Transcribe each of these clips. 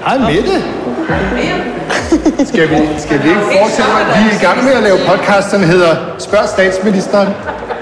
Hej Mette. Skal vi ikke fortsætte? Vi er i gang med at lave podcast, som hedder Spørg statsministeren.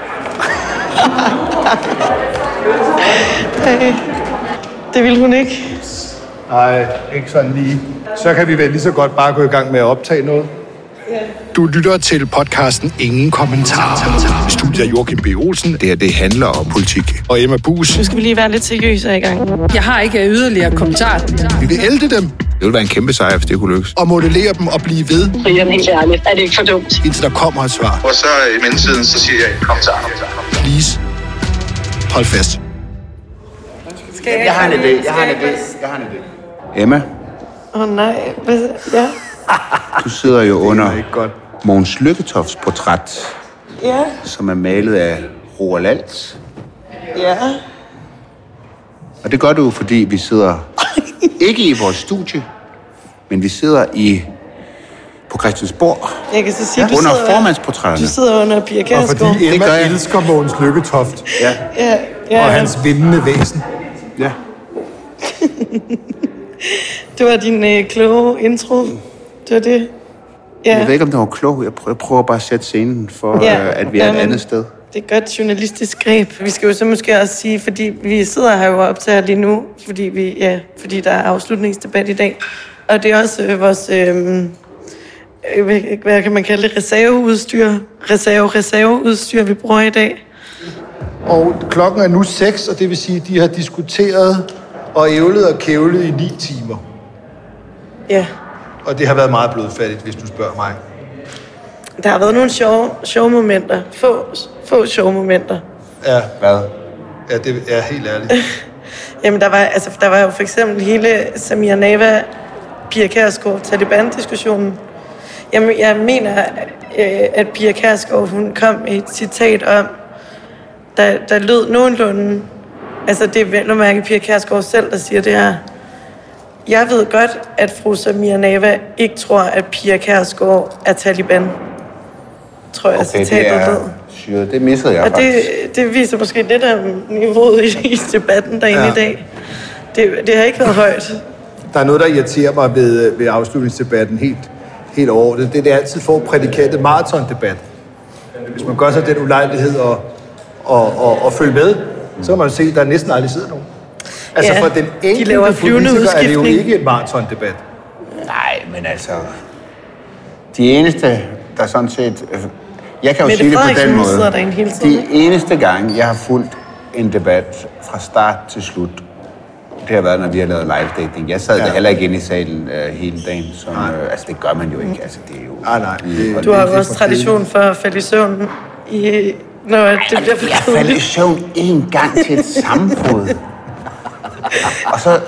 Det ville hun ikke. Nej, ikke sådan lige. Så kan vi vel lige så godt bare gå i gang med at optage noget. Du lytter til podcasten Ingen Kommentarer. Studiet af Joachim B. Olsen. Det handler om politik. Og Emma Buus. Nu skal vi lige være lidt seriøse i gang. Jeg har ikke yderligere kommentarer. Vi vil elde dem. Det ville være en kæmpe sejr, hvis det kunne lykkes. Og modellere dem og blive ved. Brian, helt ærligt, er det ikke for dumt? Indtil der kommer et svar. Og så i mellemtiden, så siger jeg kommentarer. Please. Hold fast. Jeg har en idé. Emma, Nej, ja. du sidder jo under Mogens Lykketofts portræt, Ja, som er malet af Roald Alt. ja. Og det gør du, fordi vi sidder ikke i vores studie, men vi sidder på Christiansborg. Jeg kan så sige, Under formandsportrætterne. Du sidder under Pia Og Kjærsgaard. fordi Emma gør jeg. elsker Mogens Lykketoft. Ja. Ja. Og hans vindende væsen. Ja. Det var din kloge intro. Det var det. Ja. Jeg ved ikke, om det var klogt. Jeg prøver bare at sætte scenen for, at vi er et andet sted. Det er et godt journalistisk greb. Vi skal jo så måske også sige, fordi vi sidder her jo optager lige nu, fordi der er afslutningsdebat i dag. Og det er også vores, hvad kan man kalde det, reserveudstyr, vi bruger i dag. Og klokken er nu 6, og det vil sige, at de har diskuteret og ævlet og kævlet i 9 timer. Ja. Og det har været meget blodfattigt, hvis du spørger mig. Der har været nogle sjove momenter. Få sjove momenter. Ja, Hvad? ja, det er helt ærligt. Jamen, der var jo for eksempel hele Samir Nawa, Pia Kjærsgaard, Taliban-diskussionen. Jamen, jeg mener, at Pia Kjærsgaard, hun kom med et citat om, der lød nogenlunde. Altså, det er vel at mærke Pia Kjærsgaard selv, der siger det her. Jeg ved godt, at fru Samir Nawa ikke tror, at Pia Kjærsgaard er Taliban. Tror jeg, Okay, citatet lød. syret. Det missede jeg Og faktisk. det viser måske lidt af niveauet i debatten derinde i dag. Det har ikke været højt. Der er noget, der irriterer mig ved afslutningsdebatten helt overordnet. Det er altid for prædikatet maratondebat. Hvis man gør sig den ulejlighed og følge med, så kan man se, at der næsten aldrig sidder nogen. Altså Ja, for den enkelte politiker er det jo ikke en maratondebat. Nej, men altså... De eneste, der sådan set... Jeg kan jo Mette sige det på Frederiksen den måde. sidder derinde hele tiden, De eneste gang, jeg har fulgt en debat fra start til slut, det har været, når vi har lavet live-dækning. Jeg sad der heller ikke inde i salen hele dagen. Altså, det gør man jo ikke. Altså, det er jo... Nej. Du har jo også tradition for at falde i søvn, når det bliver for Jeg faldt i søvn en gang til et sammenbrud. Og så...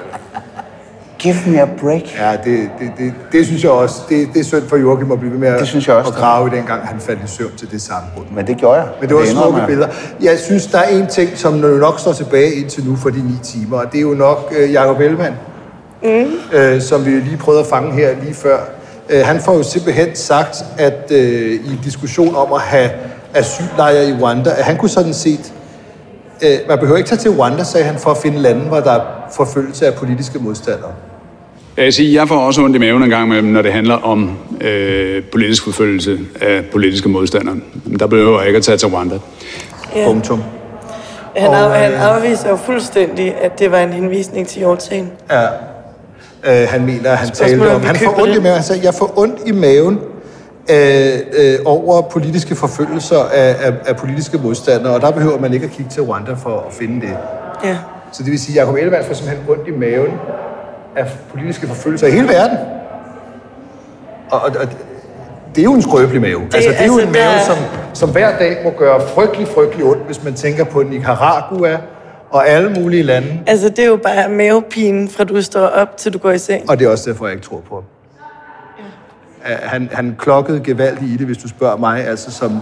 Give me a break. Ja, det synes jeg også. Det er synd for Joachim at blive ved med at grave i den gang, han faldt i søvn til det sammenbrud. Men det gjorde jeg. Men det var smukke billeder. Jeg synes, der er en ting, som nok står tilbage indtil nu for de 9 timer, og det er jo nok Jacob Ellemann, som vi lige prøvede at fange her lige før. Han får jo simpelthen sagt, at i en diskussion om at have asyllejre i Rwanda, at han kunne sådan set... man behøver ikke tage til Rwanda, sagde han, for at finde lande, hvor der er forfølgelse af politiske modstandere. Jeg får også ondt i maven en gang med, når det handler om politisk forfølgelse af politiske modstandere. Der behøver jeg ikke at tage til Rwanda. Ja. Punktum. Han afviser jo fuldstændig, at det var en henvisning til Hjortsagen. Ja. Han mener, han talte om... Han får ondt i maven. Han sagde, jeg får ondt i maven over politiske forfølgelser af politiske modstandere, og der behøver man ikke at kigge til Rwanda for at finde det. Ja. Så det vil sige, at Jacob Ellemann får simpelthen ondt i maven af politiske forfølgelser i hele verden. Og det er jo en skrøbelig mave. Det er jo en mave, som hver dag må gøre frygtelig ondt, hvis man tænker på Nicaragua og alle mulige lande. Altså, det er jo bare mavepinen, fra du står op, til du går i seng. Og det er også derfor, jeg ikke tror på ham. Han klokkede gevaldigt i det, hvis du spørger mig, altså som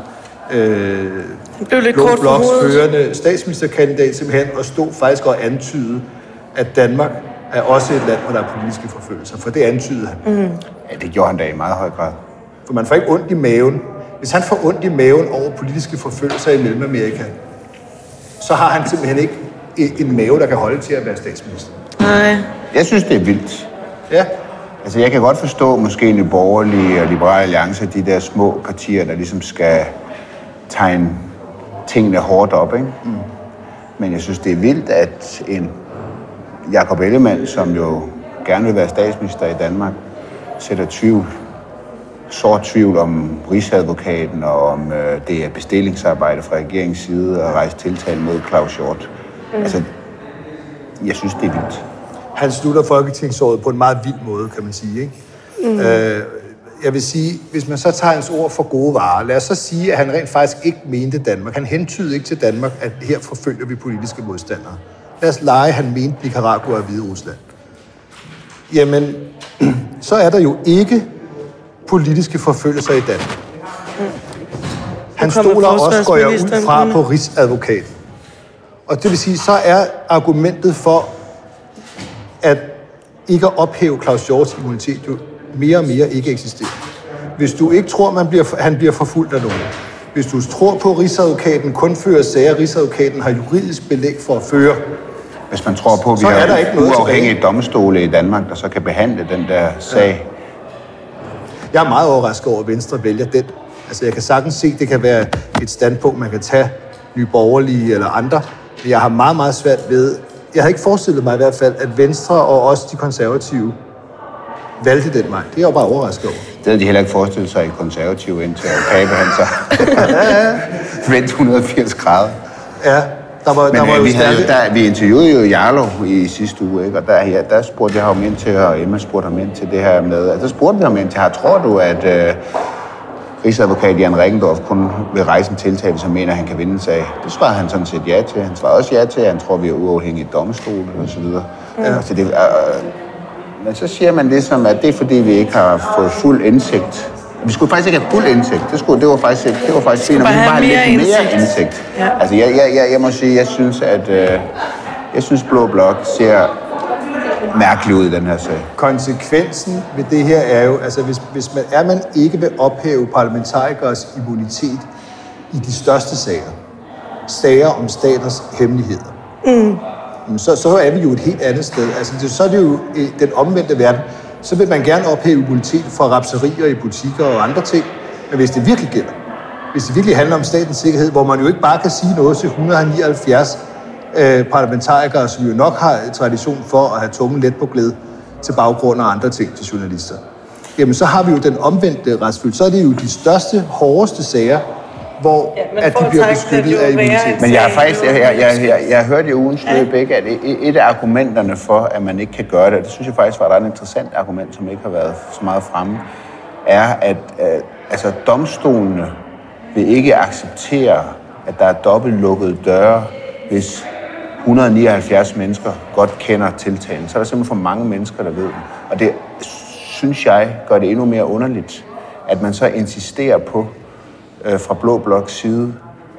Blå Bloks førende statsministerkandidat simpelthen, og stod faktisk og antydede, at Danmark er også et land, hvor der er politiske forfølgelser, for det antydede han. Mm. Ja, det gjorde han da i meget høj grad. For man får ikke ondt i maven. Hvis han får ondt i maven over politiske forfølgelser i Mellemamerika, så har han simpelthen ikke en mave, der kan holde til at være statsminister. Nej. Jeg synes, det er vildt. Ja. Altså, jeg kan godt forstå måske Nye Borgerlige og Liberale Alliance, de der små partier, der ligesom skal tegne tingene hårdt op, ikke? Mm. Men jeg synes, det er vildt, at en Jakob Ellemann, som jo gerne vil være statsminister i Danmark, sætter sort tvivl om Rigsadvokaten og om det er bestillingsarbejde fra regeringens side og rejse tiltale mod Claus Hjort. Altså, jeg synes, det er vildt. Han slutter folketingsåret på en meget vild måde, kan man sige, ikke? Jeg vil sige, hvis man så tager hans ord for gode varer, lad os så sige, at han rent faktisk ikke mente Danmark. Han hentydede ikke til Danmark, at her forfølger vi politiske modstandere. Lad os lege, han mente Nicaragua og Hvide Rusland. Jamen, så er der jo ikke politiske forfølgelser i Danmark. Han stoler også, går jeg ud fra, på Rigsadvokaten. Og det vil sige, så er argumentet for at ikke at ophæve Claus Hjorts immunitet jo mere og mere ikke eksisterer. Hvis du ikke tror, han bliver forfulgt af nogen, hvis du tror på, at Rigsadvokaten kun fører sager, Rigsadvokaten har juridisk belæg for at føre. Hvis man tror på, at vi har uafhængige domstole i Danmark, der så kan behandle den der sag. Ja. Jeg er meget overrasket over, at Venstre vælger den. Altså, jeg kan sagtens se, at det kan være et standpunkt, man kan tage, Nye Borgerlige eller andre. Men jeg har meget, meget svært ved. Jeg har ikke forestillet mig i hvert fald, at Venstre og også de konservative valgte den vej. Det er jeg jo bare overrasket over. Det havde de heller ikke forestillet sig i konservative, indtil Pape han så vendt 180 grader. Ja, der var vi interviewede jo Jarlov i sidste uge, ikke? Og der spurgte jeg ham ind til, og Emma spurgte ham ind til det her med. Altså, der spurgte vi ham ind til, tror du, at Rigsadvokat Jan Reckendorff kun vil rejse en tiltale, som mener, at han kan vinde en sag? Det svarede han sådan set ja til. Han svarede også ja til, at han tror, vi er uafhængige domstole og så videre. Ja. Så det, men så siger man ligesom, at det er fordi, vi ikke har fået fuld indsigt. Vi skulle faktisk ikke have fuld indsigt. Det var faktisk fint, at vi bare lidt mere indsigt. Ja. Altså, jeg må sige, jeg synes Blå Blok ser mærkelig ud i den her sag. Konsekvensen ved det her er jo, altså hvis man ikke vil ophæve parlamentarikers immunitet i de største sager om staters hemmeligheder, så er vi jo et helt andet sted. Altså, så er det jo den omvendte verden. Så vil man gerne ophæve immunitet for rapserier i butikker og andre ting. Men hvis det virkelig gælder, hvis det virkelig handler om statens sikkerhed, hvor man jo ikke bare kan sige noget til 179 parlamentarikere, som jo nok har tradition for at have tungen let på glæde til baggrund og andre ting til journalister, jamen så har vi jo den omvendte retsfølelse. Så er det jo de største, hårdeste sager, hvor at de bliver beskyttet af immunitet. Men jeg har faktisk, jeg hørte i ugens løb ikke, at et af argumenterne for, at man ikke kan gøre det synes jeg faktisk var et ret interessant argument, som ikke har været så meget fremme, er, at altså, domstolene vil ikke acceptere, at der er dobbelt lukkede døre, hvis 179 mennesker godt kender tiltalen. Så er der simpelthen for mange mennesker, der ved det. Og det, synes jeg, gør det endnu mere underligt, at man så insisterer på, fra Blå Bloks side,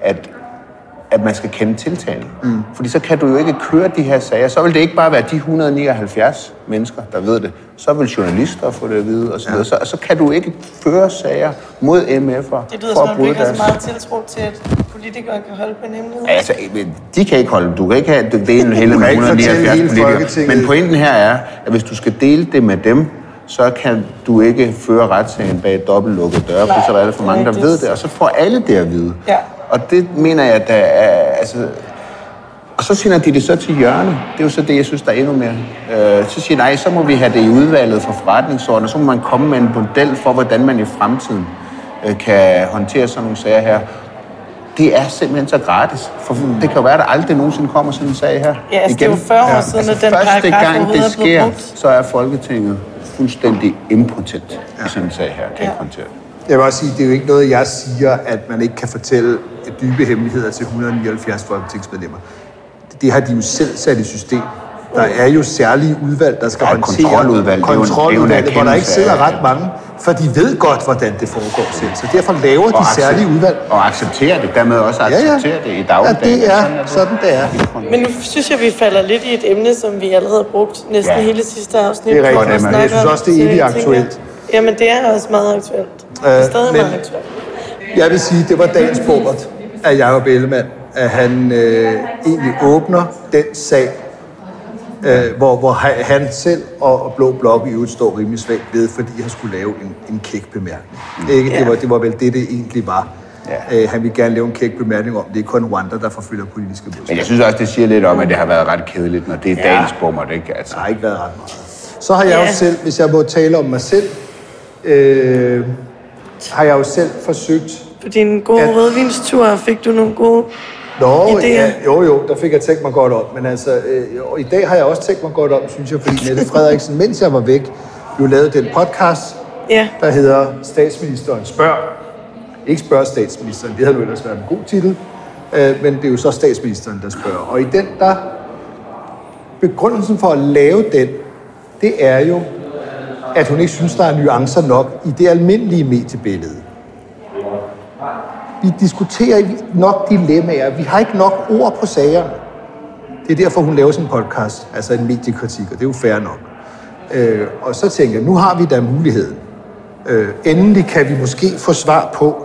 at man skal kende tiltalen. Fordi så kan du jo ikke køre de her sager. Så vil det ikke bare være de 179 mennesker, der ved det. Så vil journalister få det at vide, og så videre. Så kan du ikke føre sager mod MF'er. Det lyder som om, du ikke har så meget tiltro til, at politikere kan holde på en hemmelighed. Altså, de kan ikke holde. Du kan ikke have delen hele med 179 politikere. Men pointen her er, at hvis du skal dele det med dem, så kan du ikke føre retssagen bag dobbeltlukkede døre, for så er der alt for mange, der ved det, og så får alle det at vide. Ja. Og det mener jeg, der er, altså. Og så siger de det så til hjørne. Det er jo så det, jeg synes, der er endnu mere. Så siger nej, så må vi have det i udvalget for forretningsordenen, og så må man komme med en model for, hvordan man i fremtiden kan håndtere sådan nogle sager her. Det er simpelthen så gratis. For det kan jo være, at der aldrig nogensinde kommer sådan en sag her. Ja, altså, det er jo 40 år siden, at den første gang det sker, så er Folketinget fuldstændig impotent i sådan en sag her. Kan ikke håndtere. Jeg vil også sige, det er jo ikke noget, jeg siger, at man ikke kan fortælle dybe hemmeligheder til 179 folketingsmedlemmer. Det har de jo selv sat i system. Der er jo særlige udvalg, der skal håndtere kontroludvalg, hvor der ikke sidder ret mange, for de ved godt, hvordan det foregår selv. Så derfor laver de særlige udvalg. Og accepterer det, dermed også accepterer det i dagligdagen. Ja, det er sådan, det er. Men nu synes jeg, vi falder lidt i et emne, som vi allerede har brugt næsten hele sidste afsnit. Det er rigtigt, men jeg synes også, det er evigt aktuelt. Jamen, det er også meget aktuelt. Det er stadig meget aktuelt. Jeg vil sige, det var dagens bommert af Jakob Ellemann, at han egentlig åbner den sag hvor han selv og Blå Blok i øvrigt står rimelig svagt ved, fordi han skulle lave en kæk bemærkning. Ikke? Det var vel det egentlig var. Ja. Han ville gerne lave en kæk bemærkning om, det er kun Rwanda, der forfølger politiske modstandere. Men jeg synes også, det siger lidt om, at det har været ret kedeligt, når det er dagens bummer, ikke? Altså. Der har ikke været ret meget. Så har jeg jo selv, hvis jeg må tale om mig selv, har jeg jo selv forsøgt... På din gode rødvinstur fik du nogle gode idéer? Ja, jo, der fik jeg tænkt mig godt om. Men altså, i dag har jeg også tænkt mig godt om, synes jeg, fordi Mette Frederiksen, mens jeg var væk, jo lavede den podcast, der hedder Statsministeren spørger. Ikke spørger statsministeren, det havde jo ellers været en god titel, men det er jo så statsministeren, der spørger. Og i den, der begrundelsen for at lave den, det er jo, at hun ikke synes, der er nuancer nok i det almindelige mediebillede. Vi diskuterer nok dilemmaer. Vi har ikke nok ord på sagerne. Det er derfor, hun laver sådan en podcast, altså en mediekritik, og det er jo fair nok. Og så tænker jeg, nu har vi da muligheden. Endelig kan vi måske få svar på,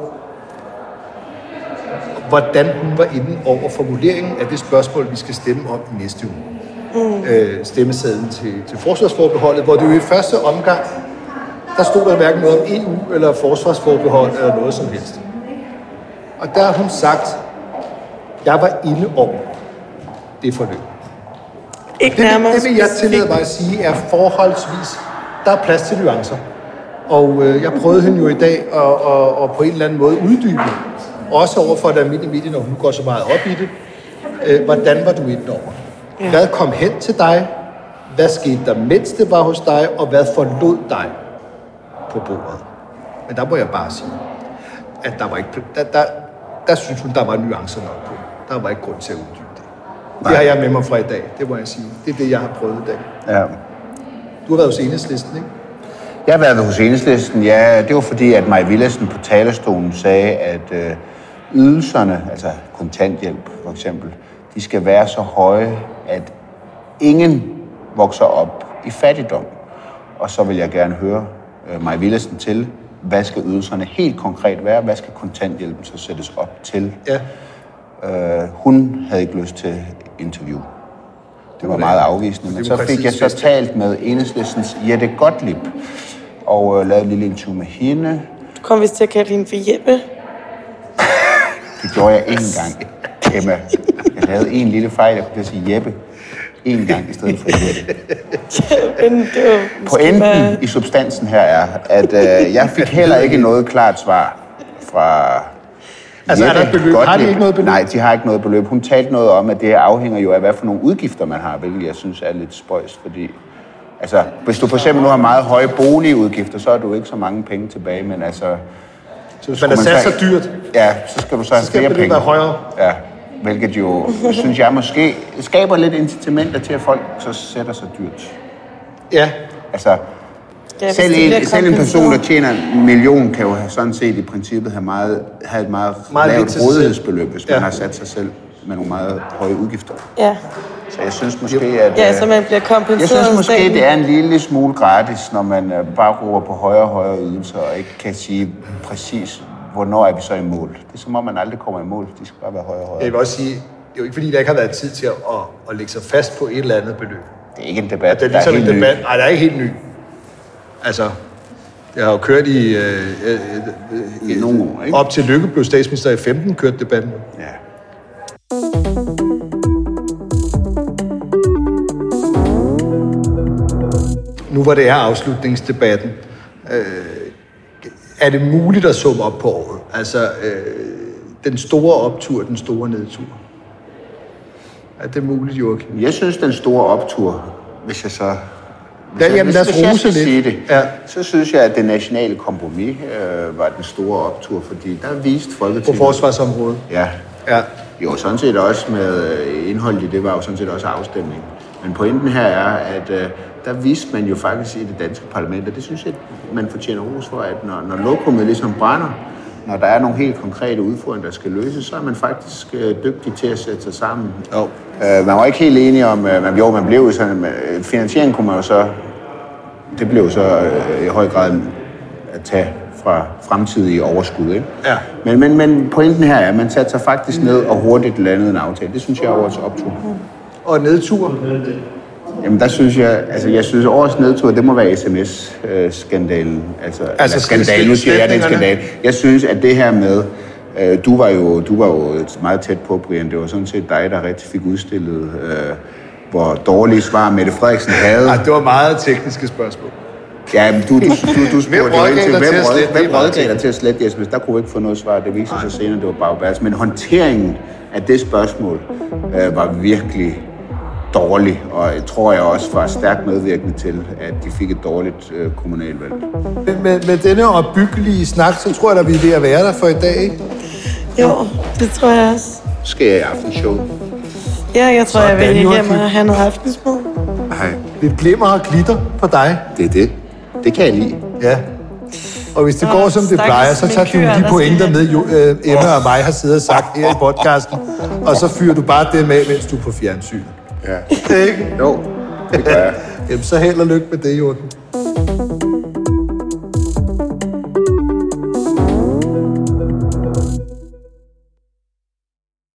hvordan hun var inde over formuleringen af det spørgsmål, vi skal stemme om i næste uge. Stemmesedlen til forsvarsforbeholdet, hvor det jo i første omgang, der stod der hverken noget om EU eller forsvarsforbehold eller noget som helst. Og der har hun sagt, jeg var inde over det forløb. Det vil jeg tillade mig at sige er forholdsvis, der er plads til nuancer. Og jeg prøvede hende jo i dag at på en eller anden måde uddybe, også over for det almindelige medie, når hun går så meget op i det. Hvordan var du inde over? Ja. Hvad kom hen til dig? Hvad skete der, mens det var hos dig? Og hvad forlod dig på bordet? Men der må jeg bare sige, at der var ikke... Der synes hun, der var nuancer nok på. Der var ikke grund til at uddybe det. Det har jeg med mig fra i dag, det må jeg sige. Det er det, jeg har prøvet i dag. Ja. Du har været hos Enhedslisten, ikke? Jeg har været hos Enhedslisten, ja. Det var fordi, at Mai Villadsen på talerstolen sagde, at ydelserne, altså kontanthjælp for eksempel, de skal være så høje, at ingen vokser op i fattigdom. Og så vil jeg gerne høre Mai Villadsen til, hvad skal ydelserne helt konkret være? Hvad skal kontanthjælpen så sættes op til? Ja. Hun havde ikke lyst til interview. Det var meget afvisende. Men så fik jeg så talt med Enhedslistens Jette Gottlieb og lavet en lille interview med hende. Du kom vist til at kalde hende for Jeppe. Det gjorde jeg én gang, Emma. Jeg lavede en lille fejl, jeg kunne sige Jeppe én gang i stedet for Jette. Pointen i substansen her er, at jeg fik heller ikke noget klart svar fra altså, Jette er der et beløb? Gottlieb. Har de ikke noget beløb? Nej, de har ikke noget beløb. Hun talte noget om, at det afhænger jo af, hvad for nogle udgifter man har, hvilket jeg synes er lidt spøjst, fordi altså, hvis du for eksempel nu har meget høje boligudgifter, så har du ikke så mange penge tilbage, men altså... Men det er så dyrt. Ja, så skal du så have flere penge. Være højere. Ja, hvilket jo, synes jeg måske, skaber lidt incitamenter til, at folk så sætter sig dyrt. Ja. Altså, selv en person, der tjener 1 million, kan jo sådan set i princippet have et meget lavt rådighedsbeløb, hvis man har sat sig selv med nogle meget høje udgifter. Ja. Så jeg synes måske, at... Ja, så man bliver kompenseret. Jeg synes måske, det er en lille smule gratis, når man bare råber på højere og højere ydelser, og ikke kan sige præcis, hvornår er vi så i mål. Det er som om, man aldrig kommer i mål. De skal bare være højere og højere. Jeg vil også sige, det er jo ikke fordi, der ikke har været tid til at lægge sig fast på et eller andet beløb. Det er ikke en debat, det er ligesom en debat. Nej, der er ikke helt ny. Altså, jeg har jo kørt i nogle år, ikke? Op til Lykke blev statsminister i 15, kørte debatten. Ja. Nu hvor det er afslutningsdebatten, er det muligt at summe op på året? Altså, den store optur, den store nedtur. Er det muligt, Joachim? Jeg synes, den store optur, hvis jeg så... Lad os rose lidt. Så synes jeg, at det nationale kompromis var den store optur, fordi der viste Folketinget... På forsvarsområdet? Ja. Jo, sådan set også med indholdet i det, var jo sådan set også afstemning. Men pointen her er, at der viste man jo faktisk i det danske parlament, og det synes jeg, man fortjener ros for, at når lokummet ligesom brænder, når der er nogle helt konkrete udfordringer, der skal løses, så er man faktisk dygtig til at sætte sig sammen. Man var ikke helt enige om, man blev sådan, finansiering kunne man jo så, det blev så i høj grad at tage fra fremtidige overskud, ikke? Ja. Men pointen her er, at man satte sig faktisk ned og hurtigt landede en aftale. Det synes jeg er årets optur. Og nedtur? Jamen der synes jeg synes årets nedtur, det må være SMS-skandalen. Altså skandalen, nu siger jeg, det er en skandal. Jeg synes, at det her med, du var jo meget tæt på, Brian, det var sådan set dig, der rigtig fik udstillet, hvor dårlige svar Mette Frederiksen havde. Det var meget tekniske spørgsmål. Ja, men du spurgte hvem rådgav dig til at slette sms? Der kunne vi ikke få noget svar. Det viser sig senere, det var bagbærs. Men håndteringen af det spørgsmål var virkelig dårlig, og jeg tror jeg også var stærkt medvirkende til, at de fik et dårligt kommunalvalg. Med denne opbyggelige snak, så tror jeg, at vi er ved at være der for i dag, ikke? Jo, det tror jeg også. Skal jeg i aftenshow? Ja, jeg tror, jeg vil hjem og have noget aftensmad. Nej. Det glimmer og glitter på dig. Det er det. Det kan jeg lide. Ja. Og hvis det går, som det plejer, så tager du de pointer med, Emma og mig har siddet og sagt her i podcasten, og så fyrer du bare dem af, mens du er på fjernsyn. Ja. Ikke? Jo, det gør jeg. Jamen, så held og lykke med det, Jorden.